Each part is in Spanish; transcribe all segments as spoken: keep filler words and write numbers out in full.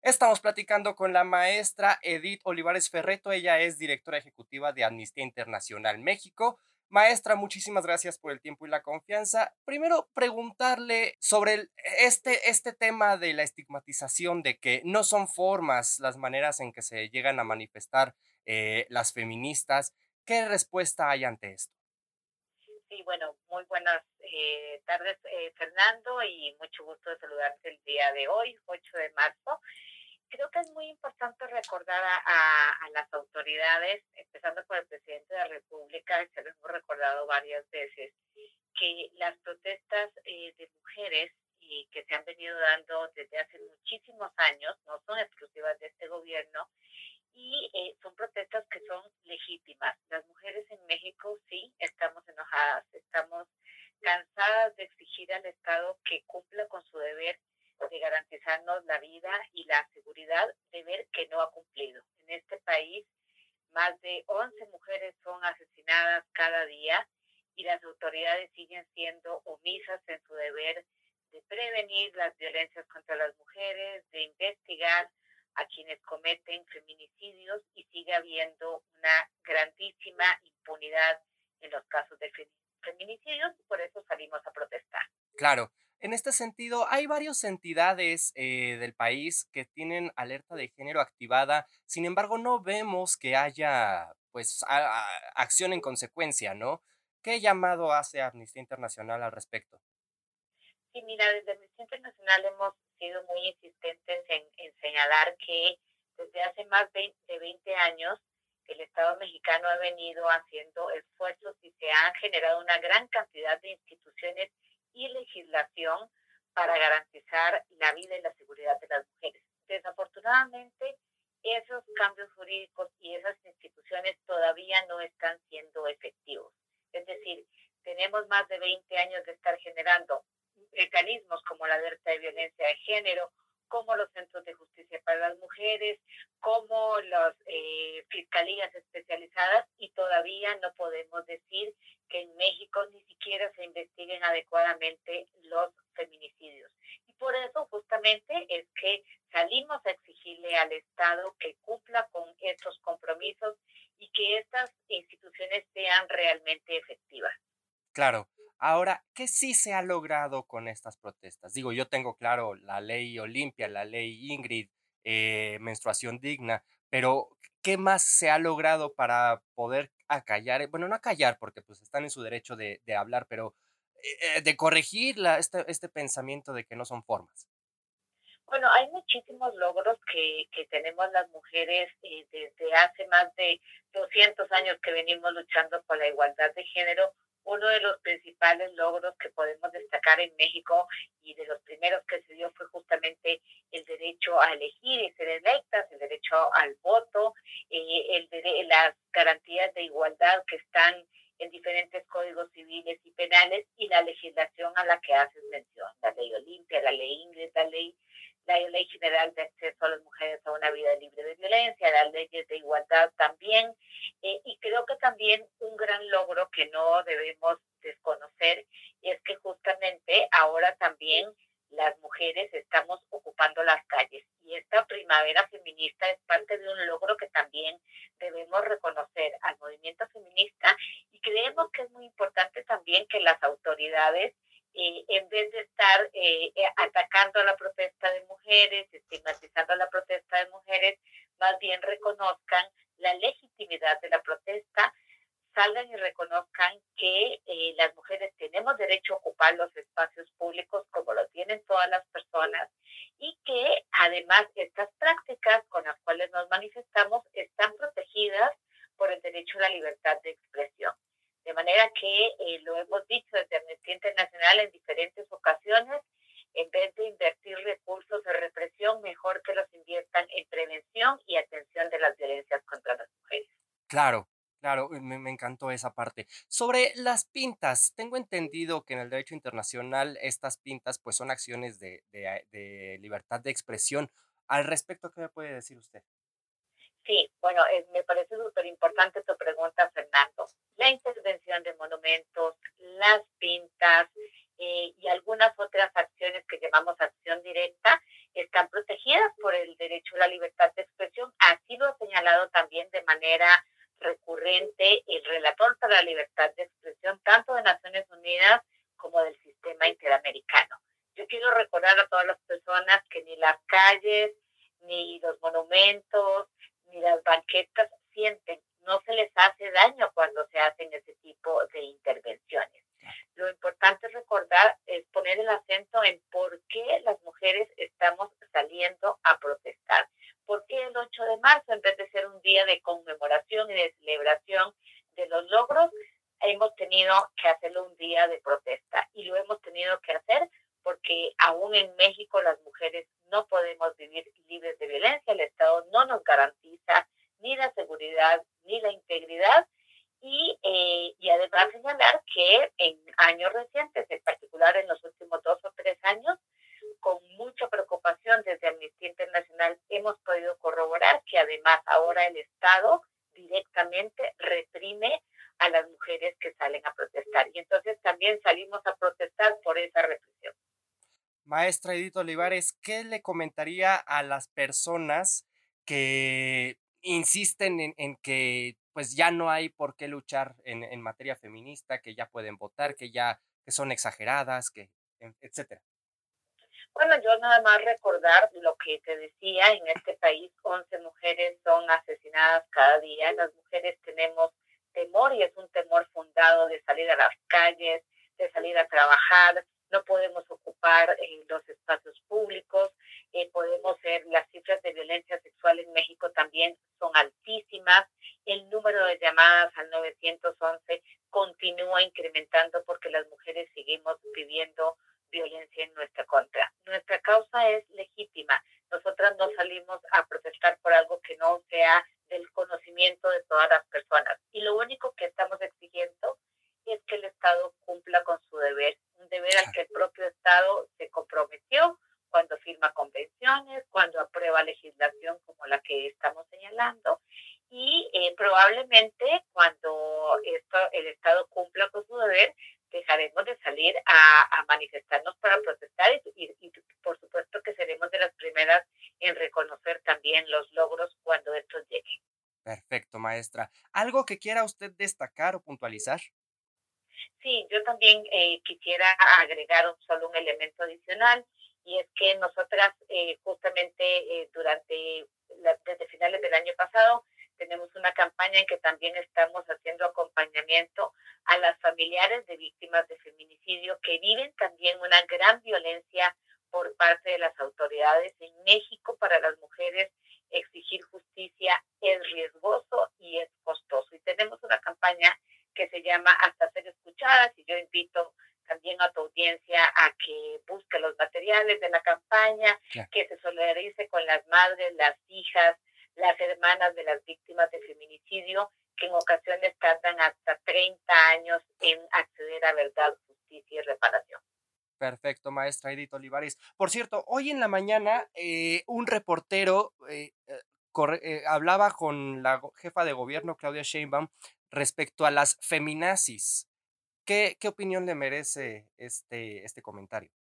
Estamos platicando con la maestra Edith Olivares Ferreto, ella es directora ejecutiva de Amnistía Internacional México. Maestra, muchísimas gracias por el tiempo y la confianza. Primero, preguntarle sobre el- este, este tema de la estigmatización, de que no son formas las maneras en que se llegan a manifestar eh, las feministas. ¿Qué respuesta hay ante esto? Sí, bueno, muy buenas eh, tardes, eh, Fernando, y mucho gusto de saludarte el día de hoy, ocho de marzo. Creo que es muy importante recordar a, a- a las autoridades, empezando por el presidente de la República, y se lo hemos recordado varias veces, que las protestas eh, de mujeres y que se han venido dando desde hace muchísimos años, no son exclusivas de este gobierno, y eh, son protestas que son legítimas. Las mujeres en México sí estamos enojadas, estamos cansadas de exigir al Estado que cumpla con su deber de garantizarnos la vida y la seguridad, deber que no ha cumplido. En este país, más de once mujeres son asesinadas cada día y las autoridades siguen siendo omisas en su deber de prevenir las violencias contra las mujeres, de investigar a quienes cometen feminicidios, y sigue habiendo una grandísima impunidad en los casos de feminicidios, y por eso salimos a protestar. Claro, en este sentido, hay varias entidades eh, del país que tienen alerta de género activada, sin embargo, no vemos que haya, pues, a- a- acción en consecuencia, ¿no? ¿Qué llamado hace Amnistía Internacional al respecto? Sí, mira, desde Amnistía Internacional hemos sido muy insistentes en, en señalar que desde hace más de, de veinte años el Estado mexicano ha venido haciendo esfuerzos y se ha generado una gran cantidad de instituciones y legislación para garantizar la vida y la seguridad de las mujeres. Desafortunadamente, esos cambios jurídicos y esas instituciones todavía no están siendo efectivos. Es decir, tenemos más de veinte años de estar generando mecanismos como la alerta de violencia de género, como los centros de justicia para las mujeres, como las eh, fiscalías especializadas, y todavía no podemos decir que en México ni siquiera se investiguen adecuadamente los feminicidios. Y por eso justamente es que salimos a exigirle al Estado que cumpla con estos compromisos y que estas instituciones sean realmente efectivas. Claro. Ahora, ¿qué sí se ha logrado con estas protestas? Digo, yo tengo claro la ley Olimpia, la ley Ingrid, eh, menstruación digna, pero ¿qué más se ha logrado para poder acallar? Bueno, no acallar, porque pues están en su derecho de, de hablar, pero eh, eh, de corregir la, este, este pensamiento de que no son formas. Bueno, hay muchísimos logros que, que tenemos las mujeres eh, desde hace más de doscientos años que venimos luchando por la igualdad de género. Uno de los principales logros que podemos destacar en México, y de los primeros que se dio, fue justamente el derecho a elegir y ser electas, el derecho al voto, eh, el dere- las garantías de igualdad que están en diferentes códigos civiles y penales, y la legislación a la que haces mención, la ley Olimpia, la ley Ingrid, la ley la Ley General de Acceso a las Mujeres a una Vida Libre de Violencia, las leyes de igualdad también, eh, y creo que también un gran logro que no debemos desconocer es que justamente ahora también las mujeres estamos ocupando las calles, y esta primavera feminista es parte de un logro que también debemos reconocer al movimiento feminista, y creemos que es muy importante también que las autoridades, eh, en vez de estar eh, eh, atacando a la protesta de mujeres, estigmatizando a la protesta de mujeres, más bien reconozcan la legitimidad de la protesta, salgan y reconozcan que eh, las mujeres tenemos derecho a ocupar los espacios públicos como lo tienen todas las personas, y que además estas prácticas con las cuales nos manifestamos están protegidas por el derecho a la libertad de expresión. De manera que eh, lo hemos dicho desde Amnistía Internacional en diferentes ocasiones: en vez de invertir recursos de represión, mejor que los inviertan en prevención y atención de las violencias contra las mujeres. Claro, claro, me, me encantó esa parte. Sobre las pintas, tengo entendido que en el derecho internacional estas pintas pues son acciones de, de, de libertad de expresión. Al respecto, ¿qué me puede decir usted? Sí, bueno, eh, me parece súper importante tu pregunta, Fernando. La intervención de monumentos, las pintas eh, y algunas otras acciones que llamamos acción directa están protegidas por el derecho a la libertad de expresión. Así lo ha señalado también de manera recurrente el relator para la libertad de expresión, tanto de Naciones Unidas como del sistema interamericano. Yo quiero recordar a todas las personas que ni las calles, ni los monumentos, ni las banquetas sienten, no se les hace daño cuando se hacen ese tipo de intervenciones. Lo importante es recordar, es poner el acento en por qué las mujeres estamos saliendo a protestar. ¿Por qué el ocho de marzo, en vez de ser un día de conmemoración y de celebración de los logros, hemos tenido que hacerlo un día de protesta? Y lo hemos tenido que hacer porque aún en México las mujeres no podemos vivir libres de violencia, el Estado no nos garantiza ni la seguridad ni la integridad y, eh, y además señalar que en años recientes, en particular en los últimos dos o tres años, con mucha preocupación desde Amnistía Internacional hemos podido corroborar que además ahora el Estado directamente reprime a las mujeres que salen a protestar. Y entonces también salimos a protestar por esa represión. Maestra Edith Olivares, ¿qué le comentaría a las personas que insisten en, en que pues ya no hay por qué luchar en, en materia feminista, que ya pueden votar, que ya que son exageradas, que en- etcétera? Bueno, yo nada más recordar lo que te decía, en este país once mujeres son asesinadas cada día, las mujeres tenemos temor y es un temor fundado de salir a las calles, de salir a trabajar, no podemos ocupar eh, los espacios públicos, eh, podemos ser, las cifras de violencia sexual en México también son altísimas, el número de llamadas al nueve once continúa incrementando porque las mujeres seguimos viviendo violencia en nuestra contra. Nuestra causa es legítima. Nosotras no salimos a protestar por algo que no sea del conocimiento de todas las personas. Y lo único que estamos exigiendo es que el Estado cumpla con su deber, un deber al que el propio Estado se comprometió cuando firma convenciones, cuando aprueba legislación como la que estamos señalando, y eh, probablemente cuando esto, el Estado cumpla con su deber, dejaremos de salir a, a manifestarnos para protestar y, y, y, por supuesto que seremos de las primeras en reconocer también los logros cuando estos lleguen. Perfecto, maestra. ¿Algo que quiera usted destacar o puntualizar? Sí, yo también eh, quisiera agregar un, solo un elemento adicional y es que nosotras eh, justamente eh, durante, la, desde finales del año pasado, tenemos una campaña en que también estamos haciendo acompañamiento a las familiares de víctimas de feminicidio que viven también una gran violencia por parte de las autoridades. En México, para las mujeres, exigir justicia es riesgoso y es costoso. Y tenemos una campaña que se llama Hasta ser escuchadas y yo invito también a tu audiencia a que busque los materiales de la campaña, Claro. que se solidarice con las madres, las hijas, las hermanas de las víctimas de feminicidio, que en ocasiones tardan hasta treinta años en acceder a verdad, justicia y reparación. Perfecto, maestra Edith Olivares. Por cierto, hoy en la mañana eh, un reportero eh, eh, corre- eh, hablaba con la go- jefa de gobierno, Claudia Sheinbaum, respecto a las feminazis. ¿Qué, qué opinión le merece este, este comentario?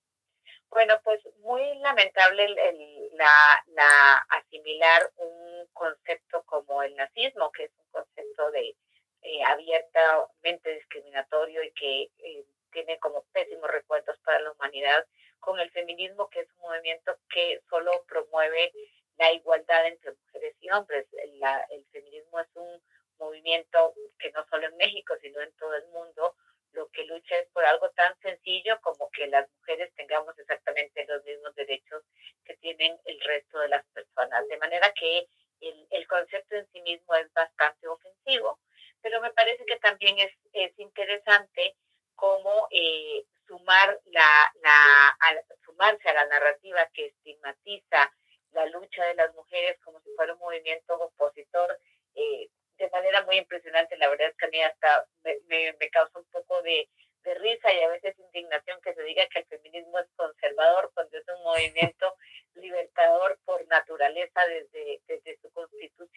Bueno, pues muy lamentable el, el- la, la asimilar un concepto como el nazismo, que es un concepto de eh, abiertamente discriminatorio y que eh, tiene como pésimos recuerdos para la humanidad, con el feminismo, que es un movimiento que solo promueve la igualdad entre mujeres y hombres. La- el feminismo es un movimiento que no solo en México, sino en todo el mundo lo que lucha es por algo tan sencillo como que las mujeres tengamos exactamente los mismos derechos que tienen el resto de las personas. De manera que el, el concepto en sí mismo es bastante ofensivo, pero me parece que también es, es interesante cómo eh, sumar la, la, a, sumarse a la narrativa que estigmatiza la lucha de las mujeres como si fuera un movimiento opositor eh, de manera muy impresionante. La verdad es que a mí hasta me, me, me causa un poco de, de risa y a veces indignación que se diga que el feminismo es conservador cuando es un movimiento libertador por naturaleza desde, desde su constitución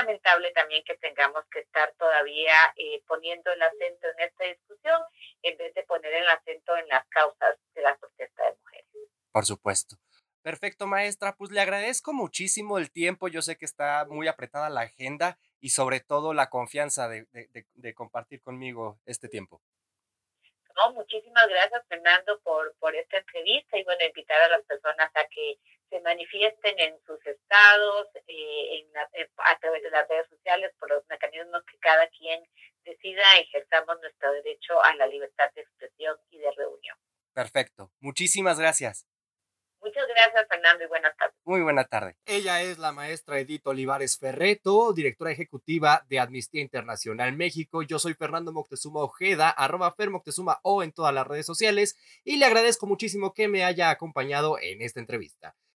lamentable también que tengamos que estar todavía eh, poniendo el acento en esta discusión en vez de poner el acento en las causas de la protesta de mujeres. Por supuesto. Perfecto, maestra. Pues le agradezco muchísimo el tiempo. Yo sé que está muy apretada la agenda y sobre todo la confianza de, de, de, de compartir conmigo este tiempo. No, muchísimas gracias, Fernando, por, por esta entrevista y bueno, invitar a las personas a que se manifiesten en sus estados, eh, en la- eh, a través de las redes sociales, por los mecanismos que cada quien decida, ejerzamos nuestro derecho a la libertad de expresión y de reunión. Perfecto. Muchísimas gracias. Muchas gracias, Fernando, y buenas tardes. Muy buena tarde. Ella es la maestra Edith Olivares Ferreto, directora ejecutiva de Amnistía Internacional México. Yo soy Fernando Moctezuma Ojeda, arroba Fer Moctezuma O en todas las redes sociales, y le agradezco muchísimo que me haya acompañado en esta entrevista.